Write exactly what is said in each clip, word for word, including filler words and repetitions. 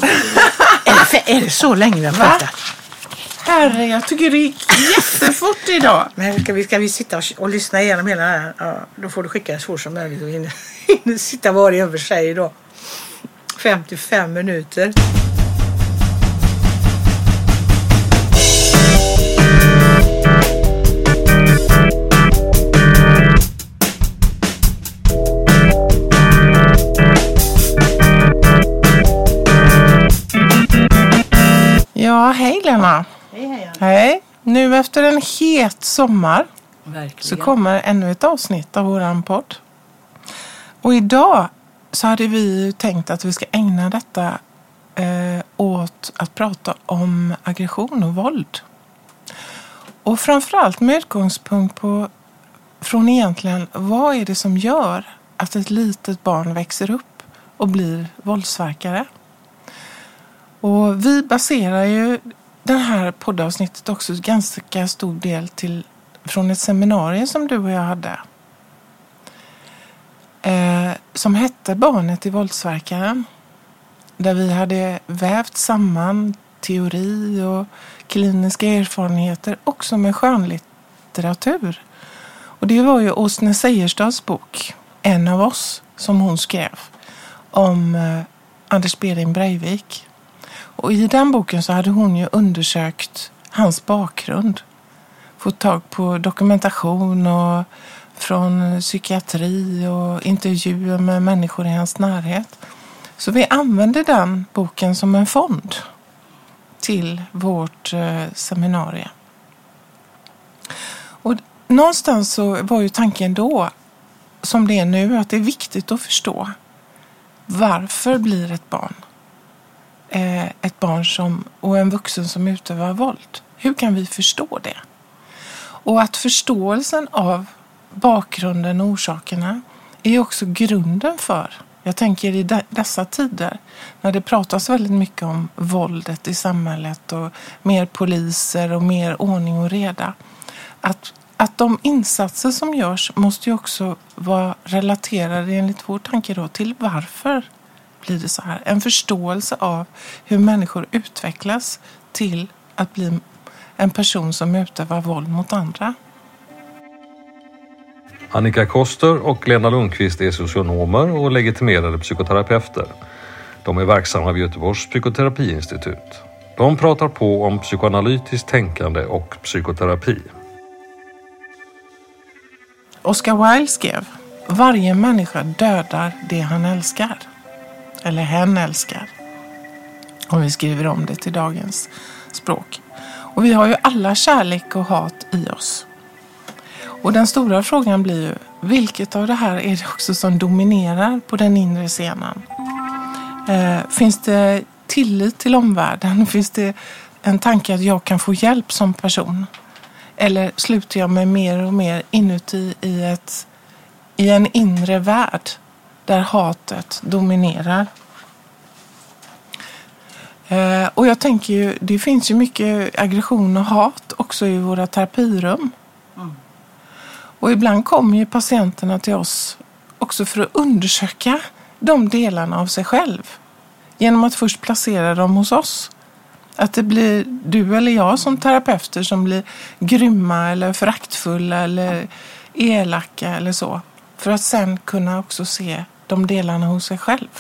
Eller är det så länge vi har pratat? Herre, jag tycker det gick jättefort idag. Men ska vi, ska vi sitta och, och lyssna igenom hela det här? Ja, då får du skicka det så fort som möjligt och hinna, hinna sitta var i över sig då. femtiofem minuter. Ja, hej Lena. Hej, hej. Hej. Nu efter en het sommar Verkligen. så kommer ännu ett avsnitt av våran podd. Och idag så hade vi tänkt att vi ska ägna detta eh, åt att prata om aggression och våld. Och framförallt med utgångspunkt på från egentligen vad är det som gör att ett litet barn växer upp och blir våldsverkare. Och vi baserar ju det här poddavsnittet också ganska stor del till från ett seminarium som du och jag hade. Eh, som hette Barnet i våldsverkaren. Där vi hade vävt samman teori och kliniska erfarenheter också med skönlitteratur. Och det var ju Åsne Seierstads bok, En av oss, som hon skrev om eh, Anders Behring Breivik. Och i den boken så hade hon ju undersökt hans bakgrund. Fått tag på dokumentation och från psykiatri och intervjuer med människor i hans närhet. Så vi använde den boken som en fond till vårt eh, seminarium. Och någonstans så var ju tanken då, som det är nu, att det är viktigt att förstå varför blir ett barn ett barn som, och en vuxen som utövar våld. Hur kan vi förstå det? Och att förståelsen av bakgrunden och orsakerna är också grunden för, jag tänker i de, dessa tider när det pratas väldigt mycket om våldet i samhället och mer poliser och mer ordning och reda, att, att de insatser som görs måste ju också vara relaterade enligt vår tanke då till varför blir det så här. En förståelse av hur människor utvecklas till att bli en person som utövar våld mot andra. Annika Koster och Lena Lundqvist är socionomer och legitimerade psykoterapeuter. De är verksamma vid Göteborgs psykoterapiinstitut. De pratar på om psykoanalytiskt tänkande och psykoterapi. Oscar Wilde skrev: varje människa dödar det han älskar. Eller hen älskar. Om vi skriver om det till dagens språk. Och vi har ju alla kärlek och hat i oss. Och den stora frågan blir ju, vilket av det här är det också som dominerar på den inre scenen? Eh, finns det tillit till omvärlden? Finns det en tanke att jag kan få hjälp som person? Eller sluter jag mig mer och mer inuti i, ett, i en inre värld där hatet dominerar? Eh, och jag tänker ju, det finns ju mycket aggression och hat också i våra terapirum. Mm. Och ibland kommer ju patienterna till oss också för att undersöka de delarna av sig själv. Genom att först placera dem hos oss. Att det blir du eller jag som terapeuter som blir grymma eller föraktfulla eller elaka eller så. För att sen kunna också se de delarna hos sig själv.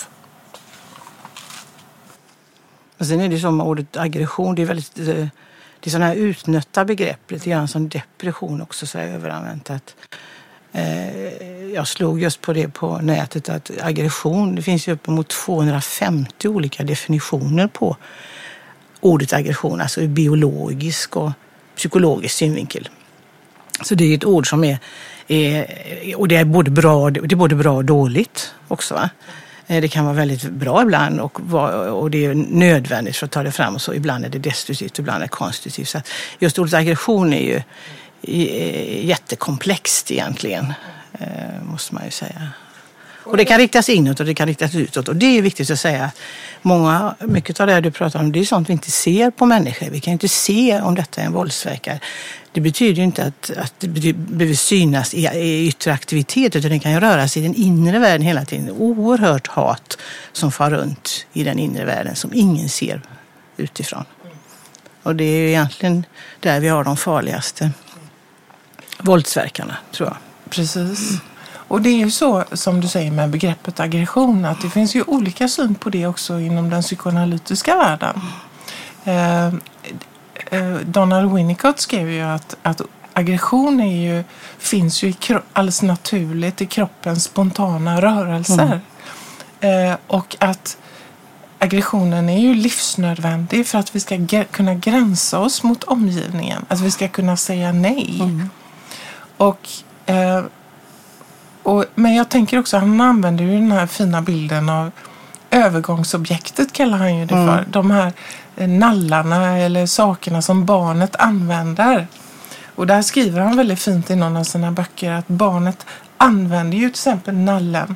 Och sen är det som ordet aggression, det är väldigt, det är sådana här utnötta begrepp, lite grann som depression också så är överanvänt. Att, eh, jag slog just på det på nätet att aggression, det finns ju uppemot tvåhundrafemtio olika definitioner på ordet aggression, alltså i biologisk och psykologisk synvinkel. Så det är ett ord som är, är och det är både bra, det är både bra och dåligt också, va? Det kan vara väldigt bra ibland och, och det är nödvändigt för att ta det fram och så. Ibland är det destruktivt och ibland är det konstruktivt. Så just ordet aggression är ju jättekomplext egentligen, måste man ju säga. Och det kan riktas inåt och det kan riktas utåt. Och det är viktigt att säga. Många, mycket av det du pratar om, det är sånt vi inte ser på människor. Vi kan inte se om detta är en våldsverkare. Det betyder ju inte att, att det behöver synas i, i yttre aktivitet, utan det kan ju röra sig i den inre världen hela tiden. Oerhört hat som far runt i den inre världen som ingen ser utifrån. Och det är ju egentligen där vi har de farligaste våldsverkarna, tror jag. Precis. Mm. Och det är ju så, som du säger med begreppet aggression, att det finns ju olika syn på det också inom den psykoanalytiska världen. Eh, eh, Donald Winnicott skrev ju att, att aggression är ju, finns ju i kro- alldeles naturligt i kroppens spontana rörelser. Mm. Eh, och att aggressionen är ju livsnödvändig för att vi ska g- kunna gränsa oss mot omgivningen. Att vi ska kunna säga nej. Mm. Och, eh, och, men jag tänker också, han använder ju den här fina bilden av övergångsobjektet, kallar han ju det för. Mm. De här nallarna eller sakerna som barnet använder. Och där skriver han väldigt fint i någon av sina böcker att barnet använder ju till exempel nallen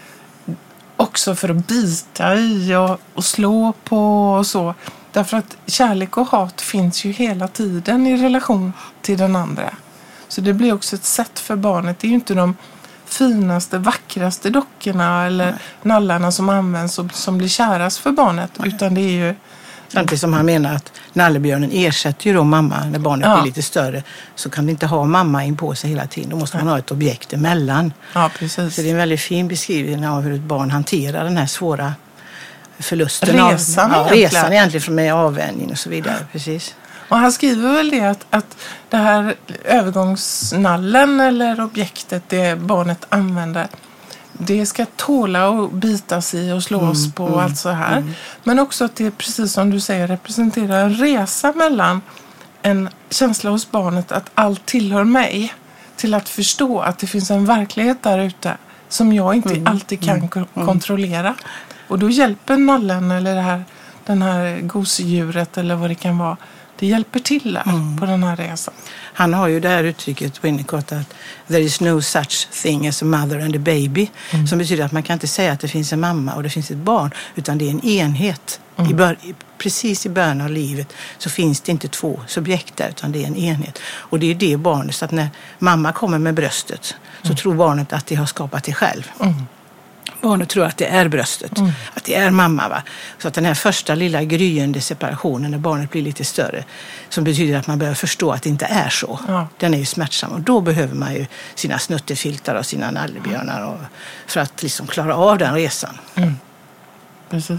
också för att bita i och, och slå på och så. Därför att kärlek och hat finns ju hela tiden i relation till den andra. Så det blir också ett sätt för barnet. Det är ju inte de finaste, vackraste dockorna eller Nej. nallarna som används och som blir kärast för barnet. Nej. Utan det är ju... Samtidigt som han menar att nallebjörnen ersätter ju då mamma när barnet ja. blir lite större, så kan vi inte ha mamma in på sig hela tiden. Då måste man ha ett objekt emellan. Ja, precis. Så det är en väldigt fin beskrivning av hur ett barn hanterar den här svåra förlusten. Resan av, egentligen. Ja, resan egentligen med avvänjning och så vidare. Precis. Och han skriver väl det att, att det här övergångsnallen eller objektet det barnet använder, det ska tåla och bitas i och slås mm, på och mm, allt så här. Mm. Men också att det, precis som du säger, representerar en resa mellan en känsla hos barnet att allt tillhör mig till att förstå att det finns en verklighet där ute som jag inte mm, alltid kan mm, k- kontrollera. Och då hjälper nallen eller det här, den här gosedjuret eller vad det kan vara, det hjälper till där mm. på den här resan. Han har ju det här uttrycket, Winnicott, att there is no such thing as a mother and a baby. Mm. Som betyder att man kan inte säga att det finns en mamma och det finns ett barn, utan det är en enhet. Mm. I bör, precis i början av livet så finns det inte två subjekt där, utan det är en enhet. Och det är det barnet, så att när mamma kommer med bröstet så mm. tror barnet att det har skapat det själv. Mm. Barnet tror att det är bröstet, mm. att det är mamma. Va? Så att den här första lilla gryende separationen när barnet blir lite större, som betyder att man börjar förstå att det inte är så. Ja. Den är ju smärtsam och då behöver man ju sina snuttefiltar och sina nallebjörnar och, för att liksom klara av den resan. Mm. Precis.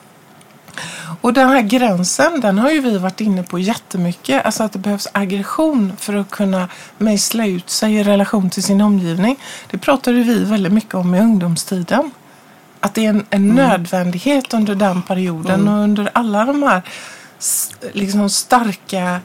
Och den här gränsen, den har ju vi varit inne på jättemycket. Alltså att det behövs aggression för att kunna mejsla ut sig i relation till sin omgivning. Det pratade vi väldigt mycket om i ungdomstiden. Att det är en, en mm. nödvändighet under den perioden mm. och under alla de här liksom starka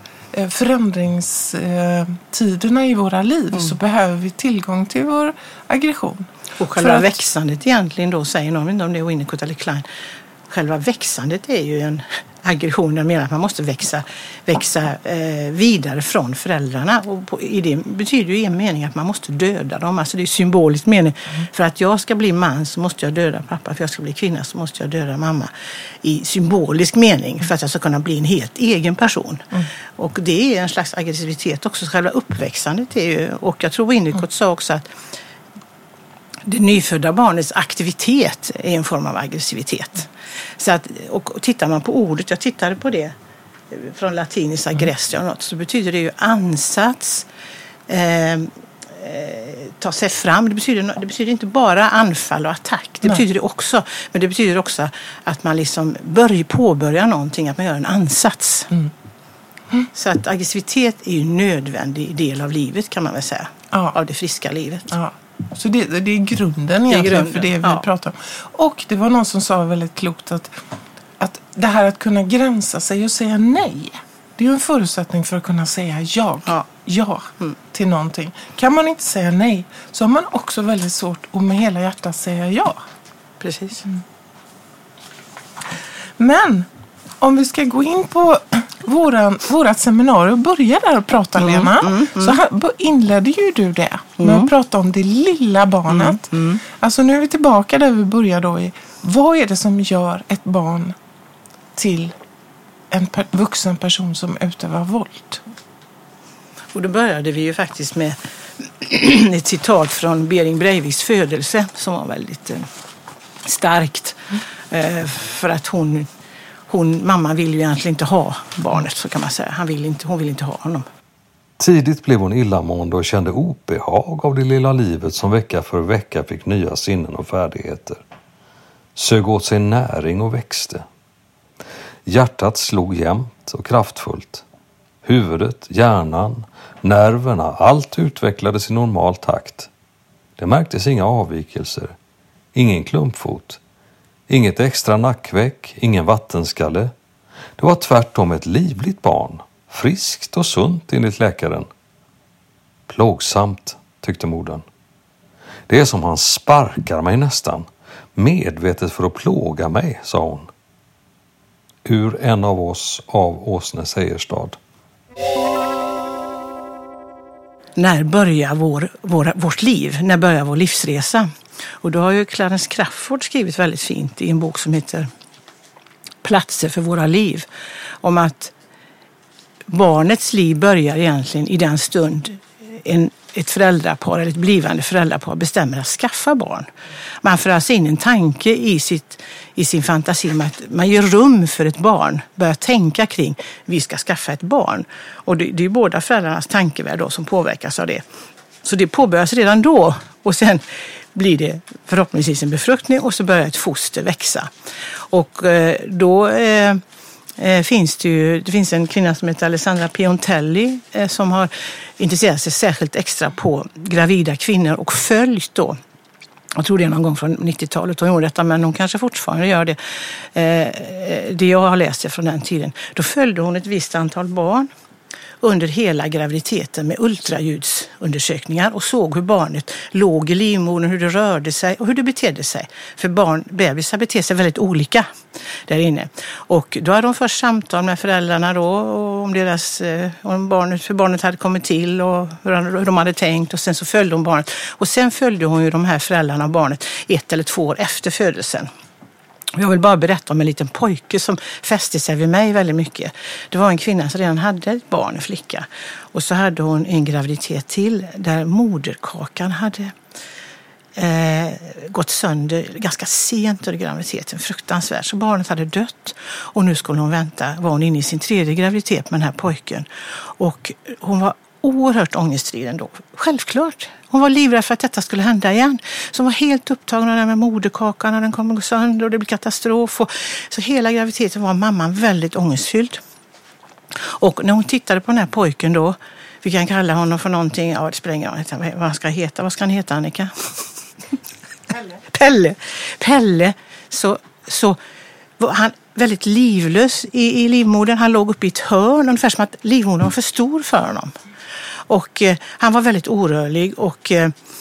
förändringstiderna i våra liv mm. så behöver vi tillgång till vår aggression. Och själva att, växandet egentligen då, säger någon om det är Winnicott eller Klein. Själva växandet är ju en aggression. Jag menar att man måste växa, växa eh, vidare från föräldrarna. Och på, i det betyder ju en mening att man måste döda dem. Alltså det är symboliskt mening. Mm. För att jag ska bli man så måste jag döda pappa. För jag ska bli kvinna så måste jag döda mamma. I symbolisk mening. För att jag ska kunna bli en helt egen person. Mm. Och det är en slags aggressivitet också. Själva uppväxandet är ju... Och jag tror Winnicott mm. sa också att det nyfödda barnets aktivitet är en form av aggressivitet. Så att, och tittar man på ordet, jag tittade på det från latiniskt aggressio något, så betyder det ju ansats, eh, eh, ta sig fram. Det betyder, det betyder inte bara anfall och attack, det Nej. betyder det också. Men det betyder också att man liksom börjar påbörja någonting, att man gör en ansats. Mm. Mm. Så att aggressivitet är ju en nödvändig del av livet, kan man väl säga. Ja. Av det friska livet. Ja. Så det, det är grunden egentligen det är grunden. För det vi ja. pratar om. Och det var någon som sa väldigt klokt att, att det här att kunna gränsa sig och säga nej, det är ju en förutsättning för att kunna säga jag, ja, ja mm. till någonting. Kan man inte säga nej så har man också väldigt svårt att med hela hjärtat säga ja. Precis. Mm. Men om vi ska gå in på våran, vårat seminarium och börja där och prata, mm, Lena. Mm, mm. Så här inledde ju du det med mm. att prata om det lilla barnet. Mm, mm. Alltså nu är vi tillbaka där vi började då i. Vad är det som gör ett barn till en per, vuxen person som utövar våld? Och då började vi ju faktiskt med ett citat från Bering Breiviks födelse som var väldigt eh, starkt. Eh, för att hon, hon, mamma vill ju egentligen inte ha barnet, så kan man säga. Han vill inte, hon vill inte ha honom. Tidigt blev hon illamående och kände obehag av det lilla livet som vecka för vecka fick nya sinnen och färdigheter. Sög åt sig näring och växte. Hjärtat slog jämnt och kraftfullt. Huvudet, hjärnan, nerverna, allt utvecklades i normal takt. Det märktes inga avvikelser, ingen klumpfot, inget extra nackväck, ingen vattenskalle. Det var tvärtom ett livligt barn, friskt och sunt enligt läkaren. Plågsamt, tyckte modern. Det är som han sparkar mig nästan, medvetet för att plåga mig, sa hon. Ur en av oss av Åsne Seierstad. När börjar vår, vår, vårt liv? När börjar vår livsresa? Och då har ju Clarence Crawford skrivit väldigt fint i en bok som heter Platser för våra liv. Om att barnets liv börjar egentligen i den stund en, ett föräldrapar eller ett blivande föräldrapar bestämmer att skaffa barn. Man får alltså in en tanke i, sitt, i sin fantasi om att man gör rum för ett barn. Börjar tänka kring vi ska skaffa ett barn. Och det, det är båda föräldrarnas tankevärld då som påverkas av det. Så det påbörjas redan då. Och sen blir det förhoppningsvis en befruktning och så börjar ett foster växa. Och eh, då... Eh, Eh, finns det ju, det finns en kvinna som heter Alessandra Piontelli eh, som har intresserat sig särskilt extra på gravida kvinnor och följt då. Jag tror det är någon gång från nittiotalet hon gjorde detta, men hon kanske fortfarande gör det. Eh, det jag har läst det från den tiden. Då följde hon ett visst antal barn under hela graviditeten med ultraljudsundersökningar och såg hur barnet låg i livmodern, hur det rörde sig och hur det betedde sig. För barn, bebisar beter sig väldigt olika där inne. Och då hade de först samtal med föräldrarna då om deras, om barnet, hur barnet hade kommit till och hur de hade tänkt, och sen så följde hon barnet. Och sen följde hon ju de här föräldrarna och barnet ett eller två år efter födelsen. Jag vill bara berätta om en liten pojke som fäste sig vid mig väldigt mycket. Det var en kvinna som redan hade ett barn, en flicka. Och så hade hon en graviditet till där moderkakan hade eh, gått sönder ganska sent under graviditeten. Fruktansvärt. Så barnet hade dött. Och nu skulle hon vänta. Var hon inne i sin tredje graviditet med den här pojken. Och hon var oerhört ångestfri ändå. Självklart. Hon var livrädd för att detta skulle hända igen. Så hon var helt upptagen med moderkakan och den kommer gå sönder och det blir katastrof. Och så hela graviditeten var mamman väldigt ångestfylld. Och när hon tittade på den här pojken då, vi kan kalla honom för någonting, ja det spelar ingen roll vad han ska heta. Vad ska han heta, Annika? Pelle. Pelle. Pelle. Så, så var han väldigt livlös i, i livmodern. Han låg uppe i ett hörn, ungefär som att livmodern var för stor för honom. Och eh, han var väldigt orörlig och,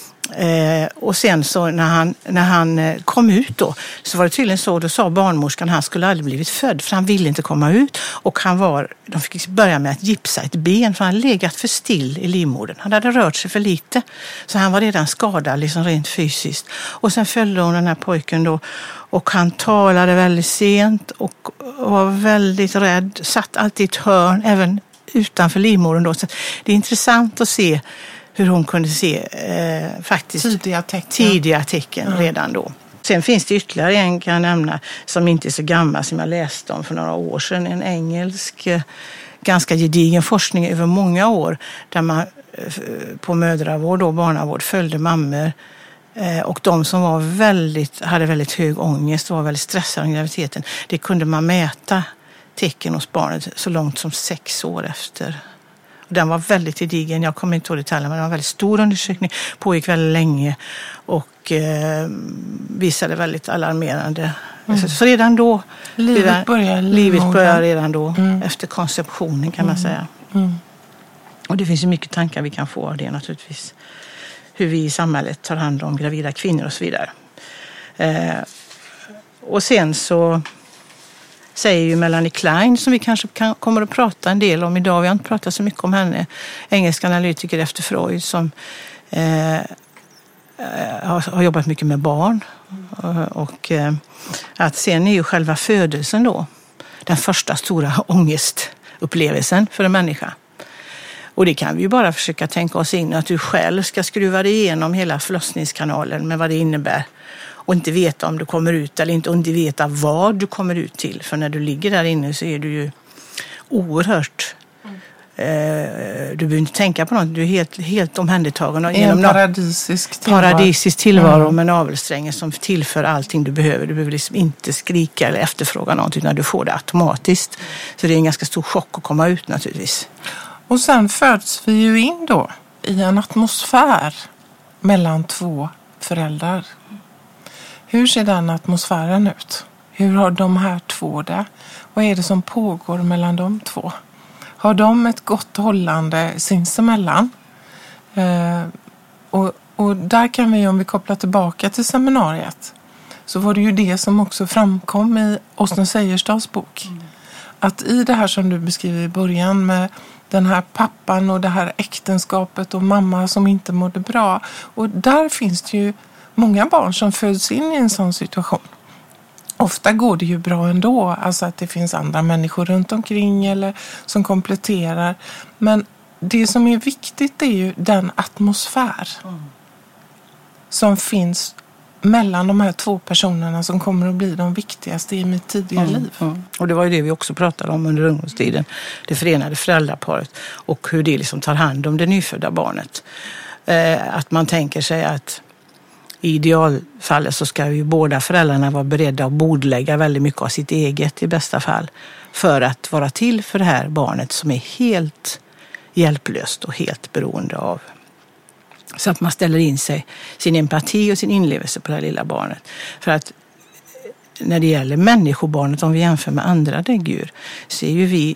eh, och sen så när han, när han eh, kom ut då så var det tydligen så, då sa barnmorskan att han skulle aldrig blivit född för han ville inte komma ut, och han var, de fick börja med att gipsa ett ben för han hade legat för still i livmodern. Han hade rört sig för lite så han var redan skadad liksom rent fysiskt. Och sen följde hon den här pojken då och han talade väldigt sent och var väldigt rädd, satt alltid i ett hörn även utanför livmodern då. Så det är intressant att se hur hon kunde se eh, faktiskt tidiga tecken, tidiga tecken mm. redan då. Sen finns det ytterligare en, kan jag nämna, som inte är så gammal, som jag läste om för några år sedan. En engelsk, eh, ganska gedigen forskning över många år där man eh, på mödravård och barnavård följde mammor. Eh, och de som var väldigt, hade väldigt hög ångest och var väldigt stressade av graviditeten, det kunde man mäta tecken hos barnet så långt som sex år efter. Den var väldigt gedigen, jag kommer inte ihåg detaljerna, men det var en väldigt stor undersökning, pågick väldigt länge och eh, visade väldigt alarmerande. Mm. Så, så redan då, livet redan, börjar, livet börjar redan då, mm. efter konceptionen kan man mm. säga. Mm. Och det finns ju mycket tankar vi kan få av det naturligtvis. Hur vi i samhället tar hand om gravida kvinnor och så vidare. Eh, och sen så säger ju Melanie Klein, som vi kanske kan, kommer att prata en del om idag. Vi har inte pratat så mycket om henne. Engelsk analytiker efter Freud som eh, har, har jobbat mycket med barn. Och eh, att sen är ju själva födelsen då den första stora ångestupplevelsen för en människa. Och det kan vi ju bara försöka tänka oss in, att du själv ska skruva dig igenom hela förlossningskanalen med vad det innebär. Och inte veta om du kommer ut eller inte, och inte veta vad du kommer ut till. För när du ligger där inne så är du ju oerhört... Eh, du behöver inte tänka på något, du är helt, helt omhändertagen. I en paradisisk tillvaro. Paradisisk tillvaro mm. med navelsträngen som tillför allting du behöver. Du behöver liksom inte skrika eller efterfråga någonting när du får det automatiskt. Så det är en ganska stor chock att komma ut naturligtvis. Och sen föds vi ju in då i en atmosfär mellan två föräldrar. Hur ser den atmosfären ut? Hur har de här två det? Vad är det som pågår mellan de två? Har de ett gott hållande sinsemellan? Eh, och, och där kan vi, om vi kopplar tillbaka till seminariet, så var det ju det som också framkom i Åsne Seierstads bok. Mm. Att i det här som du beskriver i början med den här pappan och det här äktenskapet och mamma som inte mådde bra. Och där finns det ju många barn som föds in i en sån situation. Ofta går det ju bra ändå, alltså att det finns andra människor runt omkring eller som kompletterar. Men det som är viktigt är ju den atmosfär mm. som finns mellan de här två personerna som kommer att bli de viktigaste i mitt tidiga mm. liv. Mm. Och det var ju det vi också pratade om under ungdomstiden, det förenade föräldraparet och hur det liksom tar hand om det nyfödda barnet. Eh, att man tänker sig att i idealfallet så ska ju båda föräldrarna vara beredda att bordlägga väldigt mycket av sitt eget i bästa fall för att vara till för det här barnet som är helt hjälplöst och helt beroende av. Så att man ställer in sig, sin empati och sin inlevelse på det här lilla barnet. För att när det gäller människobarnet, om vi jämför med andra däggdjur, så är ju vi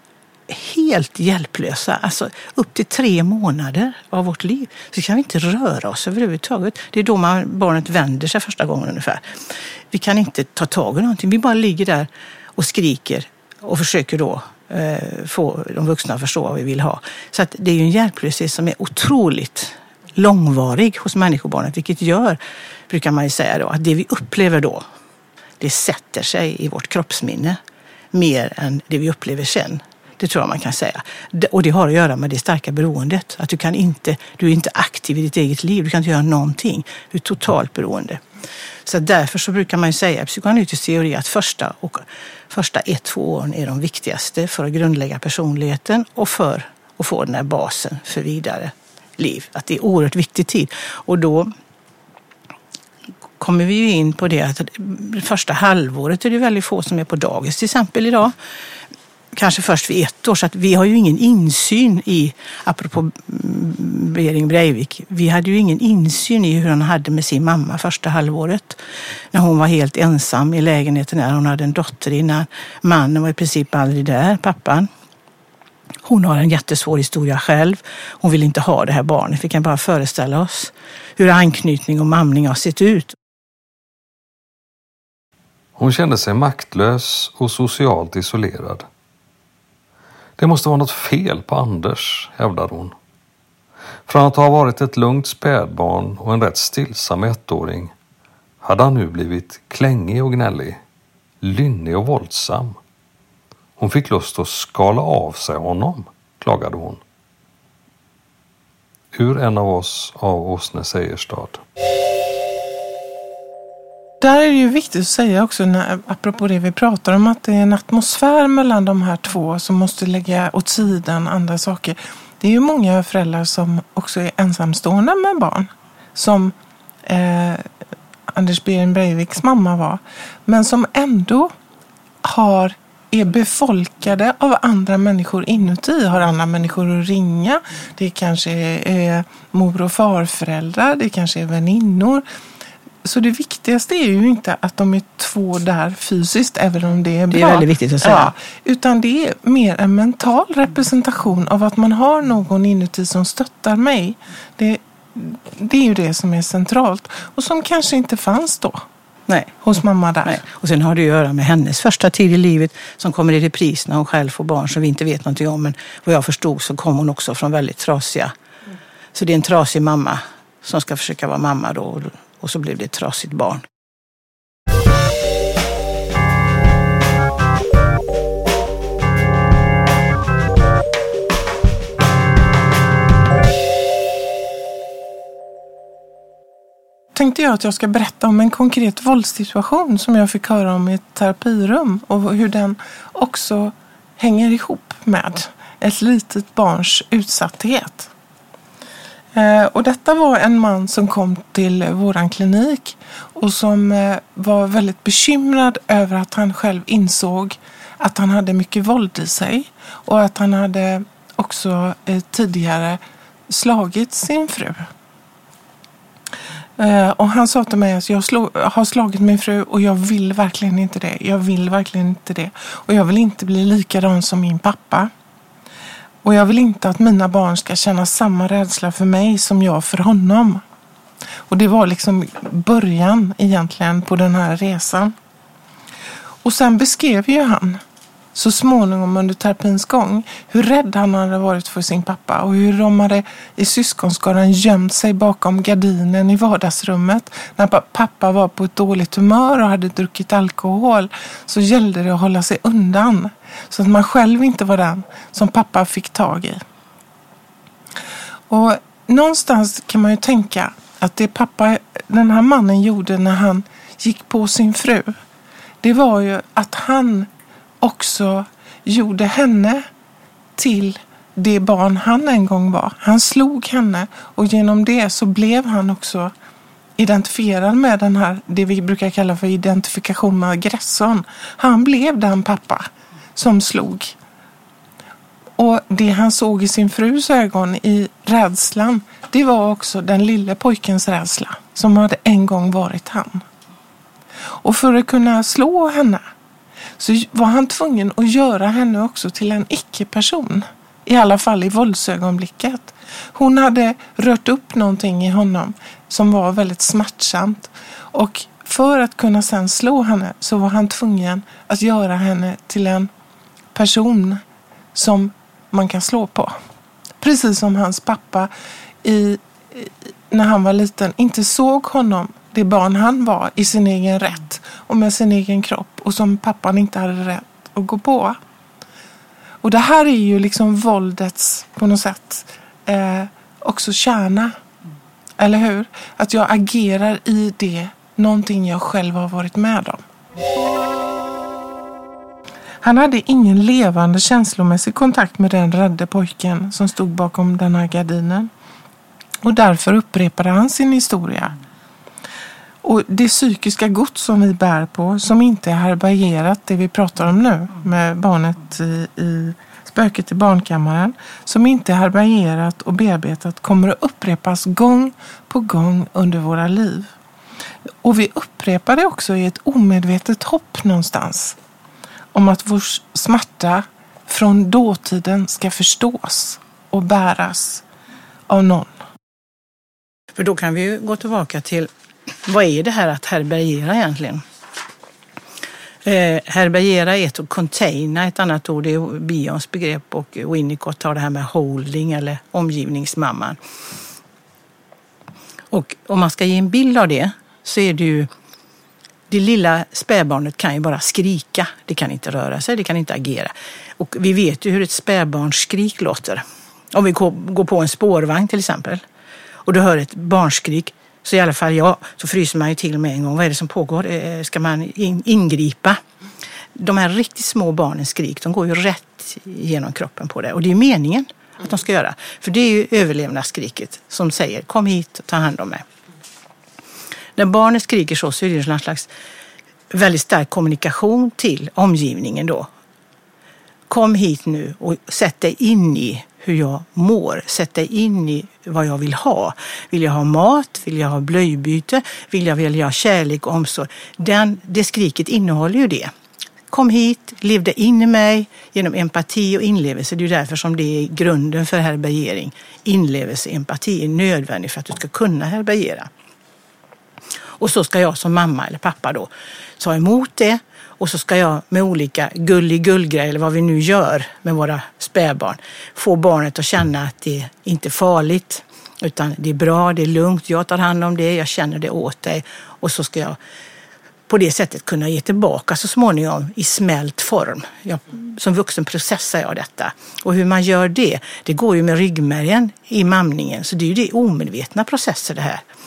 helt hjälplösa. Alltså upp till tre månader av vårt liv så kan vi inte röra oss överhuvudtaget. Det är då man, barnet vänder sig första gången ungefär. Vi kan inte ta tag i någonting. Vi bara ligger där och skriker och försöker då eh, få de vuxna att förstå vad vi vill ha. Så att det är ju en hjälplöshet som är otroligt långvarig hos människobarnet, vilket gör, brukar man ju säga då, att det vi upplever då, det sätter sig i vårt kroppsminne mer än det vi upplever sen. Det tror jag man kan säga. Och det har att göra med det starka beroendet. Att du kan inte, du är inte aktiv i ditt eget liv. Du kan inte göra någonting. Du är totalt beroende. Så därför så brukar man ju säga i psykoanalytisk teori att första, och, första ett, två åren är de viktigaste för att grundlägga personligheten och för att få den här basen för vidare liv. Att det är oerhört viktig tid. Och då kommer vi ju in på det att det första halvåret är det väldigt få som är på dagis till exempel idag. Kanske först vid ett år, så att vi har ju ingen insyn i, apropå Bering Breivik, vi hade ju ingen insyn i hur han hade med sin mamma första halvåret. När hon var helt ensam i lägenheten när hon hade en dotter innan. Mannen var i princip aldrig där, pappan. Hon har en jättesvår historia själv. Hon vill inte ha det här barnet. Vi kan bara föreställa oss hur anknytning och mamning har sett ut. Hon kände sig maktlös och socialt isolerad. Det måste vara något fel på Anders, hävdade hon. Från att ha varit ett lugnt spädbarn och en rätt stillsam ettåring hade han nu blivit klängig och gnällig, lynnig och våldsam. Hon fick lust att skala av sig honom, klagade hon. Ur en av oss av Åsne Seierstad. Där är det ju viktigt att säga också, när, apropå det vi pratar om, att det är en atmosfär mellan de här två som måste lägga åt sidan andra saker. Det är ju många föräldrar som också är ensamstående med barn, som eh, Anders Bering Breiviks mamma var, men som ändå har, är befolkade av andra människor inuti, har andra människor att ringa. Det kanske är mor- och farföräldrar, det kanske är väninnor. Så det viktigaste är ju inte att de är två där fysiskt, även om det är bra. Det är väldigt viktigt att säga. Ja, utan det är mer en mental representation av att man har någon inuti som stöttar mig. Det, det är ju det som är centralt. Och som kanske inte fanns då. Nej. Hos mamma där. Nej. Och sen har det att göra med hennes första tid i livet som kommer i repris när hon själv får barn som vi inte vet någonting om. Men vad jag förstod så kom hon också från väldigt trasiga. Mm. Så det är en trasig mamma som ska försöka vara mamma då. Och så blev det ett trasigt barn. tänkte jag att jag ska berätta om en konkret våldssituation som jag fick höra om i ett terapirum och hur den också hänger ihop med ett litet barns utsatthet. Och detta var en man som kom till våran klinik och som var väldigt bekymrad över att han själv insåg att han hade mycket våld i sig och att han hade också tidigare slagit sin fru. Och han sa till mig att jag slog, har slagit min fru och jag vill verkligen inte det. Jag vill verkligen inte det. Och jag vill inte bli likadan som min pappa. Och jag vill inte att mina barn ska känna samma rädsla för mig som jag för honom. Och det var liksom början egentligen på den här resan. Och sen beskrev ju han så småningom under terapins gång hur rädd han hade varit för sin pappa och hur de hade i syskonskaran gömt sig bakom gardinen i vardagsrummet. När pappa var på ett dåligt humör och hade druckit alkohol så gällde det att hålla sig undan så att man själv inte var den som pappa fick tag i. Och någonstans kan man ju tänka att det pappa, den här mannen gjorde när han gick på sin fru, det var ju att han också gjorde henne till det barn han en gång var. Han slog henne och genom det så blev han också identifierad med den här, det vi brukar kalla för identifikation med aggressorn. Han blev den pappa som slog. Och det han såg i sin frus ögon i rädslan, det var också den lille pojkens rädsla som hade en gång varit han. Och för att kunna slå henne så var han tvungen att göra henne också till en icke-person. I alla fall i våldsögonblicket. Hon hade rört upp någonting i honom som var väldigt smärtsamt. Och för att kunna sen slå henne så var han tvungen att göra henne till en person som man kan slå på. Precis som hans pappa i, när han var liten inte såg honom, det barn han var, i sin egen rätt och med sin egen kropp och som pappan inte hade rätt att gå på. Och det här är ju liksom våldets på något sätt eh, också kärna. Eller hur? Att jag agerar i det någonting jag själv har varit med om. Han hade ingen levande känslomässig kontakt med den rädde pojken som stod bakom den här gardinen. Och därför upprepade han sin historia. Och det psykiska gods som vi bär på, som inte är härbärgerat, det vi pratar om nu med barnet i, i spöket i barnkammaren, som inte är härbärgerat och bearbetat, kommer att upprepas gång på gång under våra liv. Och vi upprepar det också i ett omedvetet hopp någonstans om att vår smärta från dåtiden ska förstås och bäras av någon. För då kan vi ju gå tillbaka till vad är det här att härbärgera egentligen? Eh, härbärgera är ett container, ett annat ord är Bions begrepp och Winnicott har det här med holding eller omgivningsmamman. Och om man ska ge en bild av det så är det ju det lilla spädbarnet kan ju bara skrika. Det kan inte röra sig, det kan inte agera. Och vi vet ju hur ett spädbarns skrik låter. Om vi går på en spårvagn till exempel och du hör ett barnskrik, så i alla fall jag, så fryser man ju till med en gång. Vad är det som pågår? Ska man ingripa? De här riktigt små barnens skrik, de går ju rätt genom kroppen på det. Och det är meningen att de ska göra. För det är ju överlevnadsskriket som säger kom hit och ta hand om mig. När barnet skriker så, så är det en slags väldigt stark kommunikation till omgivningen då. Kom hit nu och sätt dig in i hur jag mår. Sätt dig in i vad jag vill ha. Vill jag ha mat? Vill jag ha blöjbyte? Vill jag, vill jag ha kärlek och omsorg? Den, det skriket innehåller ju det. Kom hit, lev dig in i mig genom empati och inlevelse. Det är ju därför som det är grunden för härbärgering. Inlevelse, empati är nödvändigt för att du ska kunna härbärgera. Och så ska jag som mamma eller pappa då ta emot det. Och så ska jag med olika gullig-gullgrejer eller vad vi nu gör med våra spädbarn få barnet att känna att det inte är farligt utan det är bra, det är lugnt, jag tar hand om det, jag känner det åt dig och så ska jag på det sättet kunna ge tillbaka så småningom i smält form. Jag, som vuxen processar jag detta. Och hur man gör det, det går ju med ryggmärgen i mamningen så det är ju det omedvetna processer det här.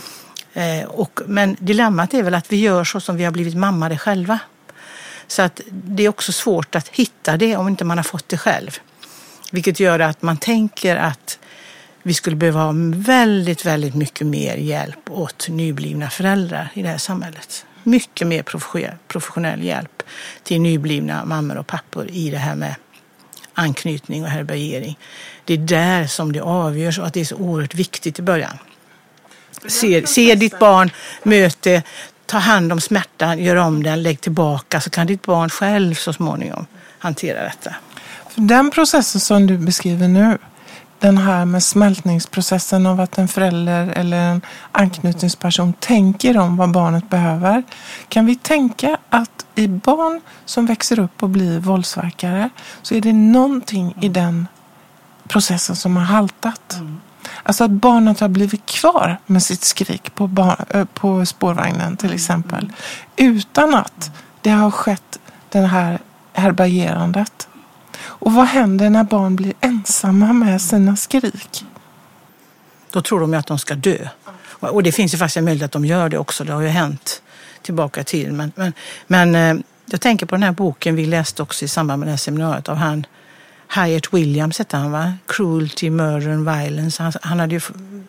Eh, och, men dilemmat är väl att vi gör så som vi har blivit mammade själva. Så att det är också svårt att hitta det om inte man har fått det själv. Vilket gör att man tänker att vi skulle behöva ha väldigt, väldigt mycket mer hjälp åt nyblivna föräldrar i det här samhället. Mycket mer professionell hjälp till nyblivna mammor och pappor i det här med anknytning och härbärgering. Det är där som det avgörs och att det är så oerhört viktigt i början. Se, se ditt barn, möte, ta hand om smärtan, gör om den, lägg tillbaka, så kan ditt barn själv så småningom hantera detta. Den processen som du beskriver nu, den här med smältningsprocessen av att en förälder eller en anknytningsperson tänker om vad barnet behöver. Kan vi tänka att i barn som växer upp och blir våldsverkare så är det någonting i den processen som har haltat? Mm. Alltså att barnet har blivit kvar med sitt skrik på, bar- på spårvagnen till exempel. Mm. Utan att det har skett det här härbärgerandet. Och vad händer när barn blir ensamma med sina skrik? Då tror de ju att de ska dö. Och det finns ju faktiskt en möjlighet att de gör det också. Det har ju hänt tillbaka i tiden. Men, men, men jag tänker på den här boken vi läste också i samband med det här seminariet av han Hyatt Williams hette han, va? Cruelty, Murder and Violence. Han, han hade ju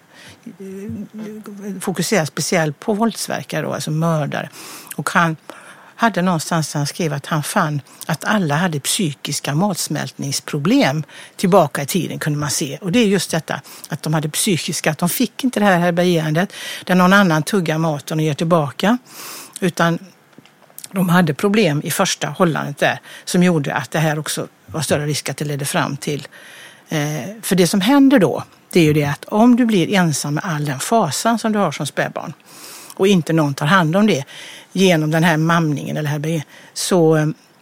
fokuserat speciellt på våldsverkare då, alltså mördare. Och han hade någonstans han skrev att han fann att alla hade psykiska matsmältningsproblem tillbaka i tiden kunde man se. Och det är just detta att de hade psykiska, att de fick inte det här härbärgerandet där någon annan tuggar maten och ger tillbaka. Utan de hade problem i första hållandet där som gjorde att det här också var större risk att det ledde fram till. Eh, för det som händer då, det är ju det att om du blir ensam med all den fasan som du har som spädbarn och inte någon tar hand om det genom den här mamningen eller här, så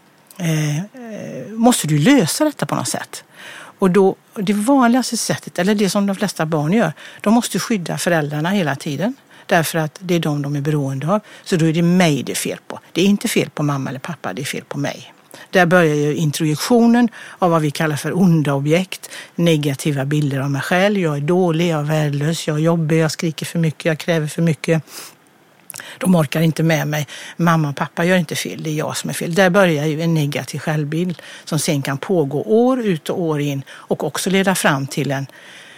eh, måste du lösa detta på något sätt. Och då, det vanligaste sättet, eller det som de flesta barn gör, de måste skydda föräldrarna hela tiden. Därför att det är de de är beroende av. Så då är det mig det är fel på. Det är inte fel på mamma eller pappa, det är fel på mig. Där börjar ju introduktionen av vad vi kallar för onda objekt. Negativa bilder av mig själv. Jag är dålig, jag är värdelös, jag är jobbig, jag skriker för mycket, jag kräver för mycket. De orkar inte med mig. Mamma och pappa gör inte fel, det är jag som är fel. Där börjar ju en negativ självbild som sen kan pågå år ut och år in och också leda fram till en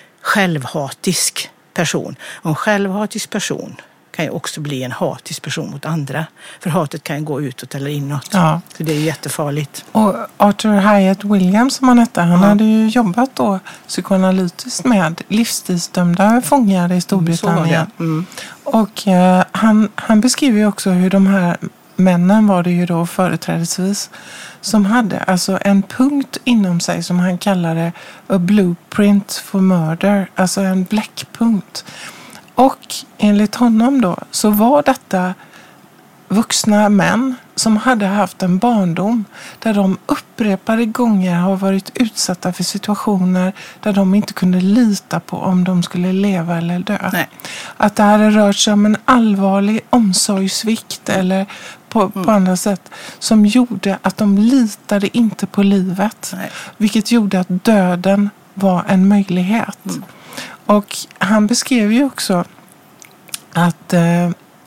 självhatisk person. Och en självhatisk person kan ju också bli en hatisk person mot andra. För hatet kan ju gå utåt eller inåt. Ja. Så det är jättefarligt. Och Arthur Hyatt Williams som han hette, han ja. hade ju jobbat då psykoanalytiskt med livstidsdömda fångar i Storbritannien. Mm. Och eh, han, han beskriver ju också hur de här männen var det ju då företrädesvis som hade alltså en punkt inom sig som han kallade a blueprint for murder, alltså en bläckpunkt. Och enligt honom då så var detta vuxna män som hade haft en barndom där de upprepade gånger har varit utsatta för situationer där de inte kunde lita på om de skulle leva eller dö. Nej. Att det hade rört sig om en allvarlig omsorgssvikt eller på, mm. på andra sätt som gjorde att de litade inte på livet. Nej. Vilket gjorde att döden var en möjlighet. Mm. Och han beskrev ju också att eh,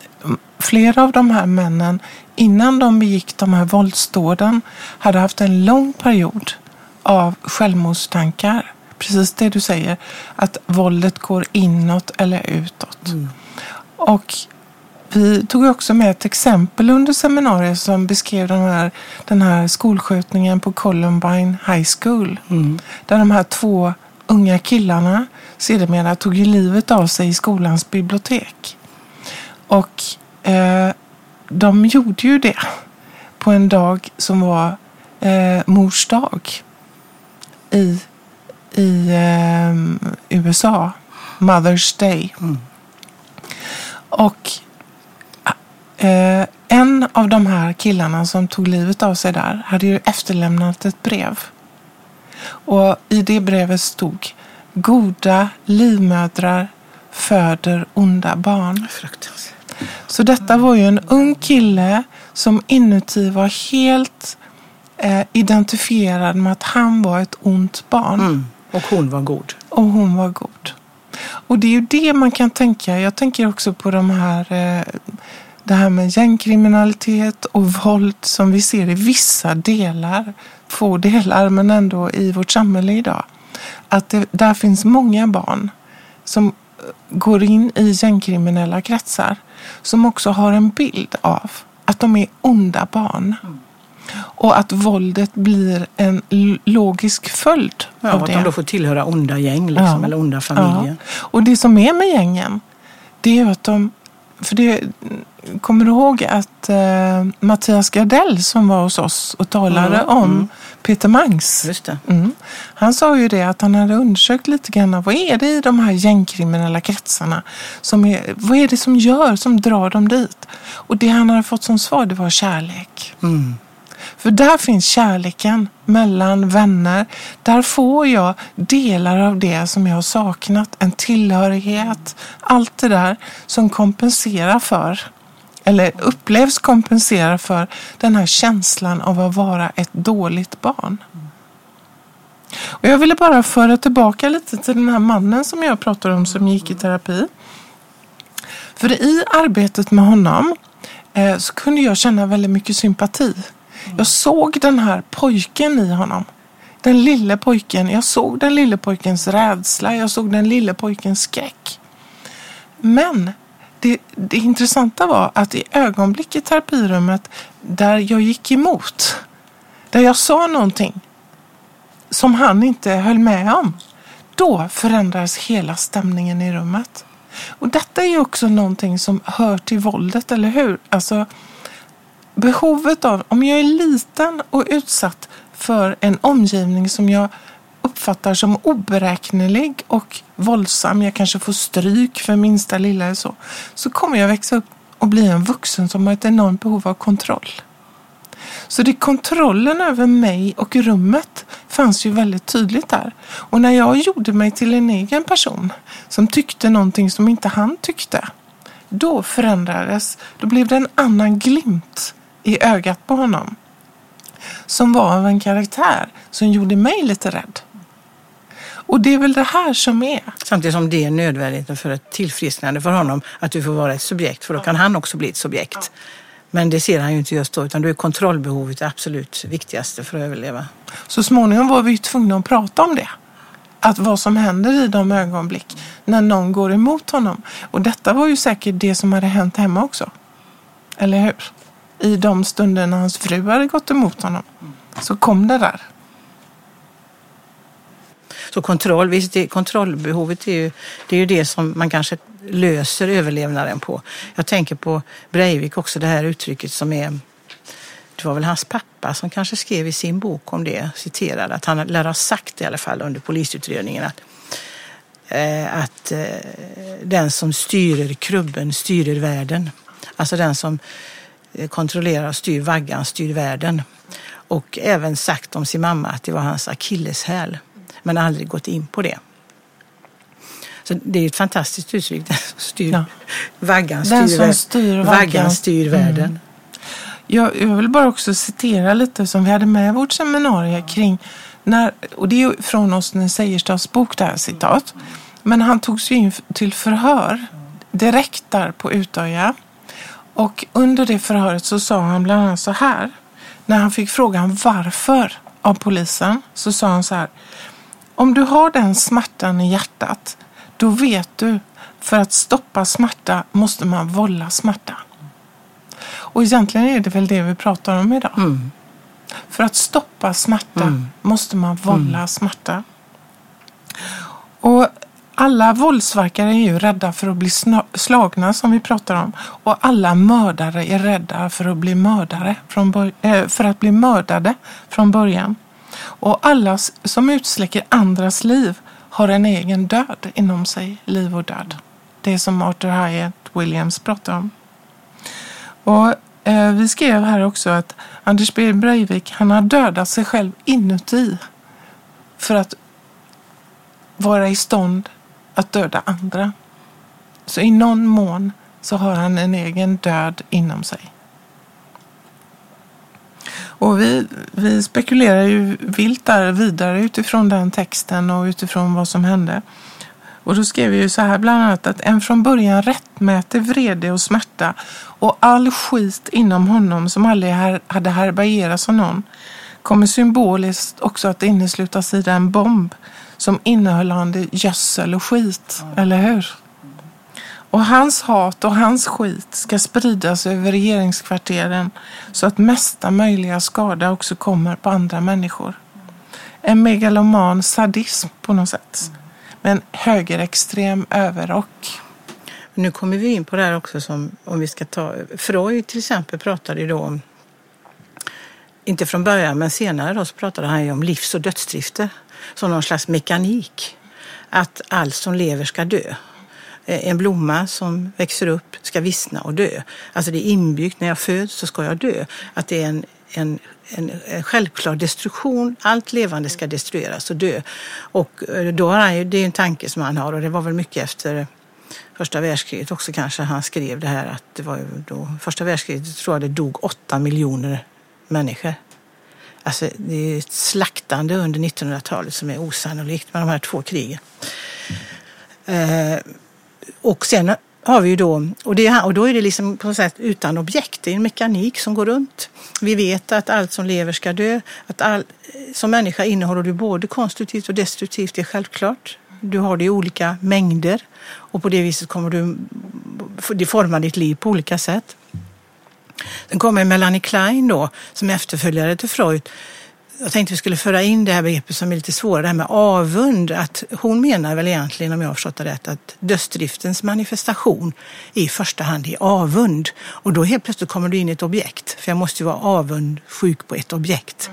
flera av de här männen innan de begick de här våldsdåden hade haft en lång period av självmordstankar. Precis det du säger, att våldet går inåt eller utåt. Mm. Och vi tog också med ett exempel under seminariet som beskrev den här, den här skolskjutningen på Columbine High School. Mm. Där de här två unga killarna sedermera tog ju livet av sig i skolans bibliotek. Och eh, de gjorde ju det på en dag som var eh, mors dag i, i eh, U S A. Mother's Day. Mm. Och eh, en av de här killarna som tog livet av sig där hade ju efterlämnat ett brev. Och i det brevet stod: goda livmödrar föder onda barn. Fruktansvärt. Så detta var ju en ung kille som inuti var helt eh, identifierad med att han var ett ont barn. Mm. Och hon var god. Och hon var god. Och det är ju det man kan tänka. Jag tänker också på de här, det här med gängkriminalitet och våld som vi ser i vissa delar, få delar men ändå i vårt samhälle idag. Att det, där finns många barn som går in i gängkriminella kretsar som också har en bild av att de är onda barn. Mm. Och att våldet blir en logisk följd ja, av att det. de då får tillhöra onda gäng liksom, ja. Eller onda familjer. Ja. Och det som är med gängen, det är att de... För det, kommer du ihåg att eh, Mattias Gardell som var hos oss och talade mm. om mm. Peter Mangs. Just det. Mm. Han sa ju det att han hade undersökt lite grann vad är det i de här gängkriminella kretsarna som är, vad är det som gör, som drar dem dit? Och det han hade fått som svar, det var kärlek. Mm. För där finns kärleken mellan vänner. Där får jag delar av det som jag har saknat. En tillhörighet. Allt det där som kompenserar för, eller upplevs kompensera för den här känslan av att vara ett dåligt barn. Och jag ville bara föra tillbaka lite till den här mannen som jag pratade om som gick i terapi. För i arbetet med honom eh, så kunde jag känna väldigt mycket sympati. Jag såg den här pojken i honom. Den lille pojken. Jag såg den lille pojkens rädsla. Jag såg den lille pojkens skräck. Men det, det intressanta var att i ögonblick i terapirummet där jag gick emot, där jag sa någonting som han inte höll med om, då förändrades hela stämningen i rummet. Och detta är ju också någonting som hör till våldet, eller hur? Alltså behovet av, om jag är liten och utsatt för en omgivning som jag uppfattar som oberäknelig och våldsam, jag kanske får stryk för minsta lilla eller så, så kommer jag växa upp och bli en vuxen som har ett enormt behov av kontroll. Så det kontrollen över mig och rummet fanns ju väldigt tydligt där. Och när jag gjorde mig till en egen person som tyckte någonting som inte han tyckte, då förändrades, då blev det en annan glimt i ögat på honom som var av en karaktär som gjorde mig lite rädd. Och det är väl det här som är. Samtidigt som det är nödvändigt för ett tillfrisknande för honom att du får vara ett subjekt, för då kan han också bli ett subjekt. Men det ser han ju inte just då, utan då är kontrollbehovet det absolut viktigaste för att överleva. Så småningom var vi ju tvungna att prata om det. Att vad som händer i de ögonblick när någon går emot honom. Och detta var ju säkert det som hade hänt hemma också. Eller hur? I de stunder när hans fru hade gått emot honom. Så kom det där. Så kontroll, visst, det, kontrollbehovet är ju, det är ju det som man kanske löser överlevnaden på. Jag tänker på Breivik också, det här uttrycket som är, det var väl hans pappa som kanske skrev i sin bok om det, citerade, att han lär ha sagt i alla fall under polisutredningen att, eh, att eh, den som styrer krubben styrer världen. Alltså den som eh, kontrollerar och styr vaggan styr världen. Och även sagt om sin mamma att det var hans akilleshäl. Men aldrig gått in på det. Så det är ett fantastiskt uttryck. Den som styr, ja. vaggan, styr, den som styr vaggan. vaggan styr världen. Mm. Jag, jag vill bara också citera lite som vi hade med i vårt seminarium kring, när, och det är från Osne Seierstads bok det här citat. Men han togs ju in till förhör direkt där på Utöja. Och under det förhöret så sa han bland annat så här. När han fick frågan varför av polisen så sa han så här: om du har den smärtan i hjärtat, då vet du, för att stoppa smärta måste man vålla smärta. Och egentligen är det väl det vi pratar om idag. Mm. För att stoppa smärta mm. måste man vålla mm. smärta. Och alla våldsverkare är ju rädda för att bli slagna, som vi pratar om. Och alla mördare är rädda för att bli mördare från bör- äh, för att bli mördade från början. Och alla som utsläcker andras liv har en egen död inom sig, liv och död. Det som Arthur Hyatt Williams pratar om. Och eh, vi skrev här också att Anders Behring Breivik, han har dödat sig själv inuti för att vara i stånd att döda andra. Så i någon mån så har han en egen död inom sig. Och vi, vi spekulerar ju vilt där vidare utifrån den texten och utifrån vad som hände. Och då skrev vi ju så här bland annat att en från början rättmätig vrede och smärta och all skit inom honom som aldrig hade härbärgerats av någon kommer symboliskt också att inneslutas i en bomb som innehållande gödsel och skit, mm. eller hur? Och hans hat och hans skit ska spridas över regeringskvarteren så att mesta möjliga skada också kommer på andra människor. En megaloman sadism på något sätt. Med en högerextrem överrock. Nu kommer vi in på det här också som om vi ska ta... Freud till exempel pratade ju då om, inte från början men senare då så pratade han ju om livs- och dödsdrifter. Som någon slags mekanik. Att allt som lever ska dö. En blomma som växer upp ska vissna och dö. Alltså det är inbyggt, när jag föds så ska jag dö. Att det är en, en, en, en självklar destruktion. Allt levande ska destrueras och dö. Och då har han ju, det är en tanke som han har, och det var väl mycket efter första världskriget också kanske han skrev det här, att det var ju då, första världskriget tror jag det dog åtta miljoner människor. Alltså det är ett slaktande under nittonhundratalet som är osannolikt med de här två krigen. Eh, och sen har vi ju då, och, det, och då är det liksom på något sätt utan objekt, det är en mekanik som går runt. Vi vet att allt som lever ska dö, att all, som människa innehåller du både konstruktivt och destruktivt, det är självklart. Du har det i olika mängder och på det viset kommer du, det formar ditt liv på olika sätt. Sen kommer Melanie Klein då, som efterföljare till Freud. Jag tänkte vi skulle föra in det här begreppet som är lite svårare, det här med avund. Att hon menar väl egentligen, om jag har förstått det rätt, att dödsdriftens manifestation i första hand är avund. Och då helt plötsligt kommer du in i ett objekt. För jag måste ju vara avundsjuk på ett objekt.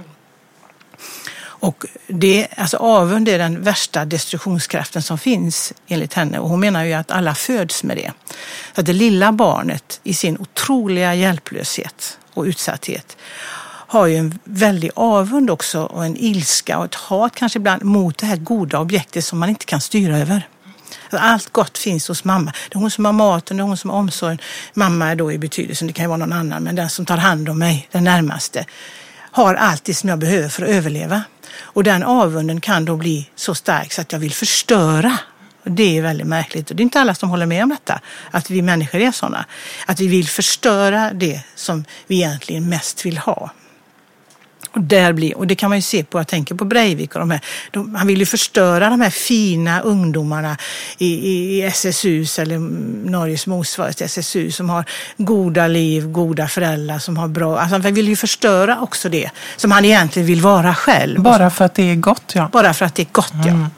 Och det, alltså avund är den värsta destruktionskraften som finns enligt henne. Och hon menar ju att alla föds med det. Så att det lilla barnet i sin otroliga hjälplöshet och utsatthet har ju en väldig avund också och en ilska och ett hat kanske ibland mot det här goda objektet som man inte kan styra över. Allt gott finns hos mamma. Det är hon som har maten, det är hon som har omsorgen. Mamma är då i betydelsen, det kan ju vara någon annan, men den som tar hand om mig, den närmaste, har allt det som jag behöver för att överleva. Och den avunden kan då bli så stark så att jag vill förstöra. Och det är väldigt märkligt. Och det är inte alla som håller med om detta. Att vi människor är sådana. Att vi vill förstöra det som vi egentligen mest vill ha. Och, där blir, och det kan man ju se på, jag tänker på Breivik och de här. De, han vill ju förstöra de här fina ungdomarna i, i, i S S U eller Norges motsvarighet till S S U som har goda liv, goda föräldrar som har bra. Alltså han vill ju förstöra också det som han egentligen vill vara själv. Bara för att det är gott, ja. Bara för att det är gott, ja. Mm.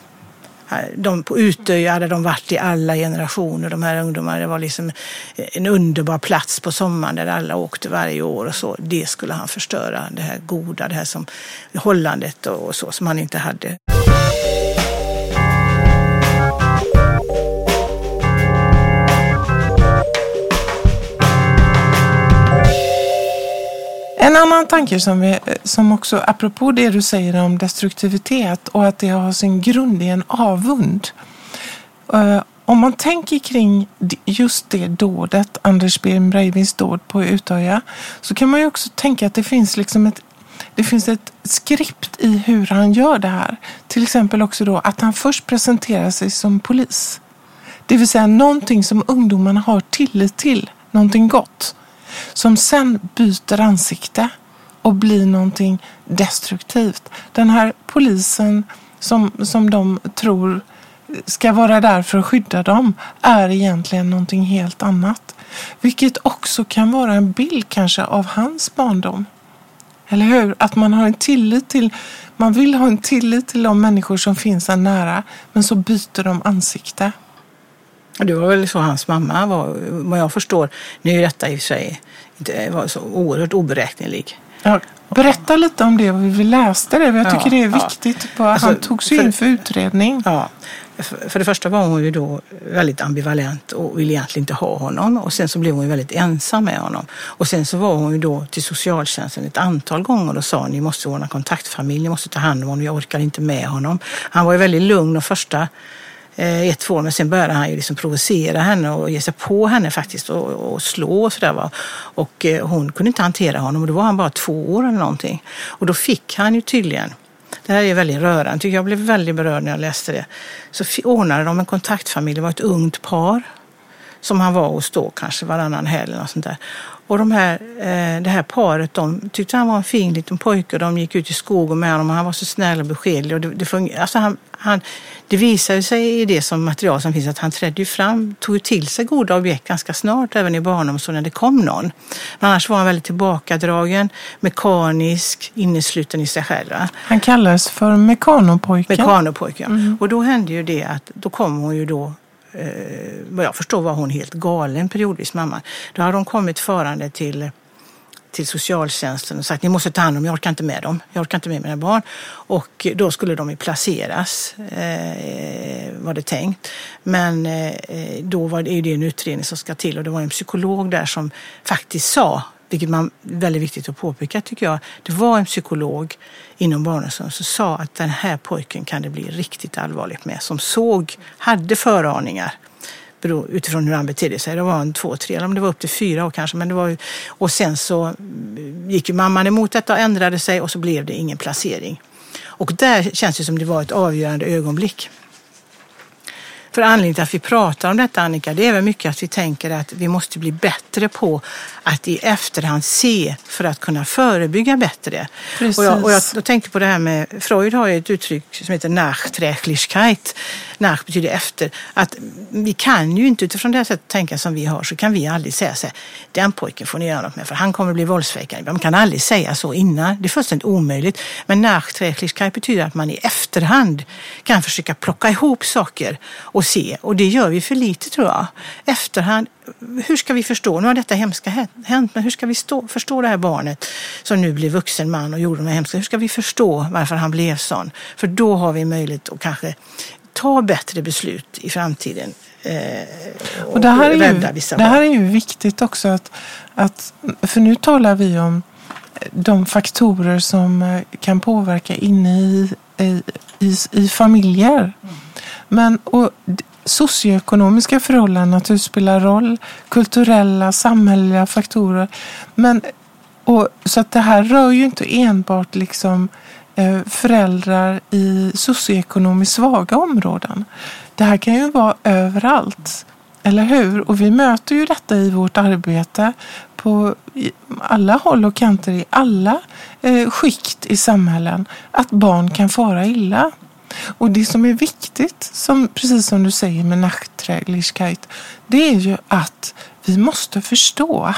De på Utöja hade de varit i alla generationer, de här ungdomarna. Det var liksom en underbar plats på sommaren där alla åkte varje år och så. Det skulle han förstöra, det här goda, det här som hållandet och så som han inte hade. En annan tanke som, vi, som också, apropå det du säger om destruktivitet och att det har sin grund i en avund. Uh, om man tänker kring just det dådet, Anders Behring Breiviks dåd på Utöja, så kan man ju också tänka att det finns liksom ett, det finns ett skript i hur han gör det här. Till exempel också då att han först presenterar sig som polis. Det vill säga någonting som ungdomarna har tillit till, någonting gott. Som sen byter ansikte och blir någonting destruktivt. Den här polisen som, som de tror ska vara där för att skydda dem är egentligen någonting helt annat. Vilket också kan vara en bild kanske av hans barndom. Eller hur? Att man har en tillit till, man vill ha en tillit till de människor som finns där nära, men så byter de ansikte. Det var väl så hans mamma var, vad jag förstår. Nu är detta i och för sig inte var så oerhört oberäknelig. Ja, berätta lite om det, vi läste det. Jag tycker ja, det är viktigt. Ja. Alltså, han tog sig för, in för utredning. Ja, för, för det första var hon ju då väldigt ambivalent och ville egentligen inte ha honom. Och sen så blev hon ju väldigt ensam med honom. Och sen så var hon ju då till socialtjänsten ett antal gånger och sa ni måste ordna kontaktfamilj, ni måste ta hand om honom, jag orkar inte med honom. Han var ju väldigt lugn och första ett två år, men sen började han ju liksom provocera henne och ge sig på henne faktiskt och, och slå och sådär va. Och eh, hon kunde inte hantera honom och då var han bara två år eller någonting. Och då fick han ju tydligen Det här är väldigt rörande. Jag blev väldigt berörd när jag läste det. Så ordnade de en kontaktfamilj. Det var ett ungt par som han var hos då, kanske varannan helg eller sånt där. Och de här, eh, det här paret, de tyckte han var en fin liten pojke. De gick ut i skogen med honom och han var så snäll och beskedlig. Och det, det, funger- alltså han, han, det visade sig i det som material som finns att han trädde ju fram, tog till sig goda objekt ganska snart, även i barnomsorgen när det kom någon. Men annars var han väldigt tillbakadragen, mekanisk, innesluten i sig själv. Va? Han kallades för mekanopojken. Mekanopojken, mm. Och då hände ju det att då kom hon ju då, Eh, vad jag förstår var hon helt galen periodvis, mamma. Då hade de kommit förande till, till socialtjänsten och sagt ni måste ta hand om, jag orkar inte med dem. Jag orkar inte med mina barn. Och då skulle de ju placeras, eh, var det tänkt. Men eh, då var det ju det en utredning som ska till och det var en psykolog där som faktiskt sa, vilket man väldigt viktigt att påpeka tycker jag, det var en psykolog inom barnomsorgen som sa att den här pojken kan det bli riktigt allvarligt med, som såg, hade föraningar utifrån hur han betedde sig. Det var en två, tre, eller om det var upp till fyra år kanske, men det var ju, och sen så gick ju mamman emot detta och ändrade sig och så blev det ingen placering. Och där känns det som det var ett avgörande ögonblick. För anledningen till att vi pratar om detta, Annika, det är väl mycket att vi tänker att vi måste bli bättre på att i efterhand se för att kunna förebygga bättre. Precis. Och jag, och jag då tänker på det här med, Freud har ju ett uttryck som heter Nachträglichkeit. Nach betyder efter. Att vi kan ju inte utifrån det här sättet tänka som vi har, så kan vi aldrig säga så här, den pojken får ni göra något med för han kommer att bli våldsverkare. Man kan aldrig säga så innan. Det är fullständigt omöjligt. Men Nachträglichkeit betyder att man i efterhand kan försöka plocka ihop saker och se. Och det gör vi för lite, tror jag. Efterhand, hur ska vi förstå? Nu har detta hemska hänt, men hur ska vi stå, förstå det här barnet som nu blir vuxen man och gjorde de här hemska? Hur ska vi förstå varför han blev sån? För då har vi möjlighet att kanske ta bättre beslut i framtiden. Eh, och och det här, är ju, vissa det här är ju viktigt också att, att, för nu talar vi om de faktorer som kan påverka inne i, i, i, i familjer. Mm. Men och socioekonomiska förhållanden naturligtvis spelar roll, kulturella, samhälleliga faktorer. Men, och, så att det här rör ju inte enbart liksom föräldrar i socioekonomiskt svaga områden. Det här kan ju vara överallt, eller hur? Och vi möter ju detta i vårt arbete på alla håll och kanter, i alla eh, skikt i samhällen, att barn kan fara illa. Och det som är viktigt, som, precis som du säger med Nachträglichkeit, det är ju att vi måste förstå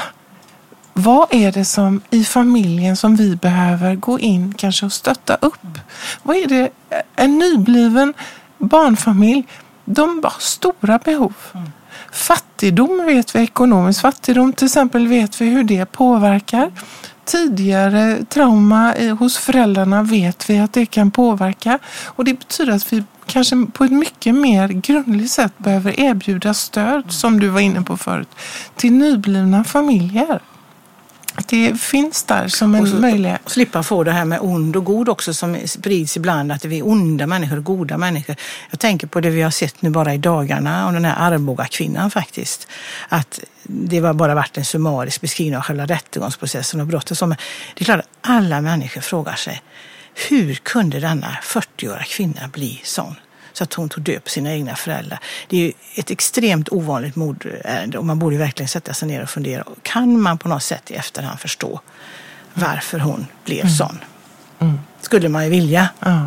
vad är det som i familjen som vi behöver gå in kanske och stötta upp? Vad är det? En nybliven barnfamilj, de har stora behov. Fattigdom vet vi, ekonomisk fattigdom till exempel, vet vi hur det påverkar. Tidigare trauma hos föräldrarna vet vi att det kan påverka. Och det betyder att vi kanske på ett mycket mer grundligt sätt behöver erbjuda stöd, som du var inne på förut, till nyblivna familjer. Att det finns där som en och så, möjlighet. Och slippa få det här med ond och god också som sprids ibland, att det är onda människor och goda människor. Jag tänker på det vi har sett nu bara i dagarna om den här Arboga-kvinnan faktiskt. Att det var bara varit en summarisk beskrivning av själva rättegångsprocessen och brottet. Som, det är klart att alla människor frågar sig, hur kunde denna fyrtioåriga kvinna bli sån? Så att hon tog död på sina egna föräldrar. Det är ju ett extremt ovanligt mordärende och man borde verkligen sätta sig ner och fundera. Kan man på något sätt i efterhand förstå varför hon blev mm. sån? Mm. Skulle man ju vilja. Mm.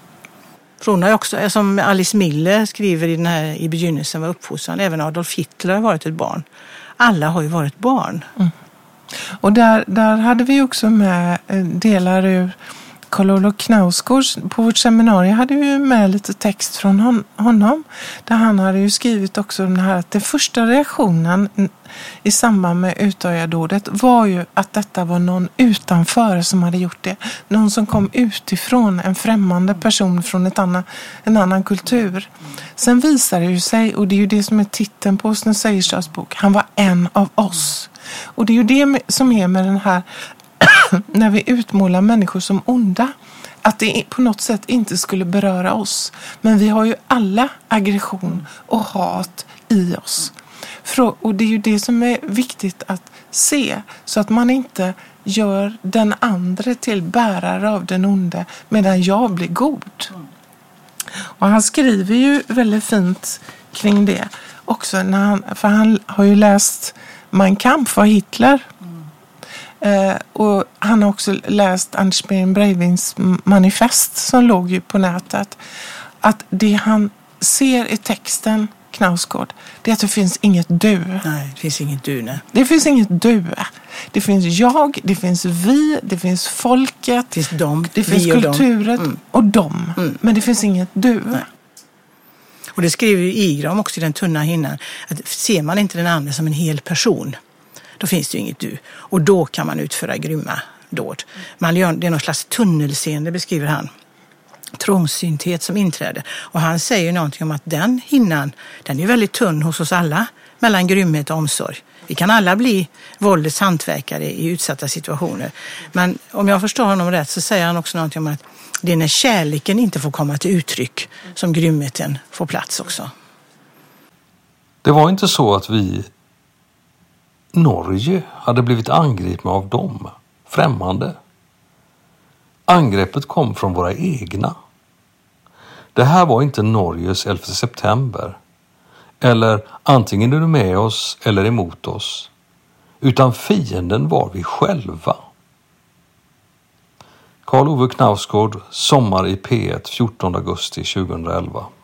För hon har ju också, som Alice Miller skriver i, den här, i begynnelsen var uppfostran, även Adolf Hitler har varit ett barn. Alla har ju varit barn. Mm. Och där, där hade vi också med delar ur Karl-Olof Knausgård. På vårt seminarium hade vi med lite text från hon, honom. Där han hade ju skrivit också den här, att den första reaktionen i samband med Utöya-dådet var ju att detta var någon utanför som hade gjort det. Någon som kom utifrån, en främmande person från ett annan, en annan kultur. Sen visar det ju sig, och det är ju det som är titeln på Sven Seierstads bok, han var en av oss. Och det är ju det som är med den här när vi utmålar människor som onda, att det på något sätt inte skulle beröra oss. Men vi har ju alla aggression och hat i oss. Och det är ju det som är viktigt att se, så att man inte gör den andra till bärare av den onde medan jag blir god. Och han skriver ju väldigt fint kring det också, när han, för han har ju läst Mein Kampf av Hitler. Mm. Eh, och han har också läst Anders Behring Breivings manifest som låg ju på nätet. Att det han ser i texten, Knausgård, det är att det finns inget du. Nej, det finns inget du. Nej. Det finns inget du. Det finns jag, det finns vi, det finns folket, det finns de, det finns kulturen och, mm. och dem. Mm. Men det finns inget du. Nej. Och det skriver ju Igram också i Den tunna hinnan. Att ser man inte den andra som en hel person, då finns det ju inget du. Och då kan man utföra grymma dåd. Man gör, det är någon slags tunnelseende, beskriver han. Trångsynthet som inträder. Och han säger någonting om att den hinnan, den är väldigt tunn hos oss alla, mellan grymhet och omsorg. Vi kan alla bli våldets hantverkare i utsatta situationer. Men om jag förstår honom rätt så säger han också någonting om att det är när kärleken inte får komma till uttryck som grymheten får plats också. Det var inte så att vi Norge hade blivit angripna av dem, främmande. Angreppet kom från våra egna. Det här var inte Norges elfte september. Eller antingen är du med oss eller emot oss. Utan fienden var vi själva. Karl Ove Knausgård, Sommar i P ett, fjortonde augusti tjugohundraelva.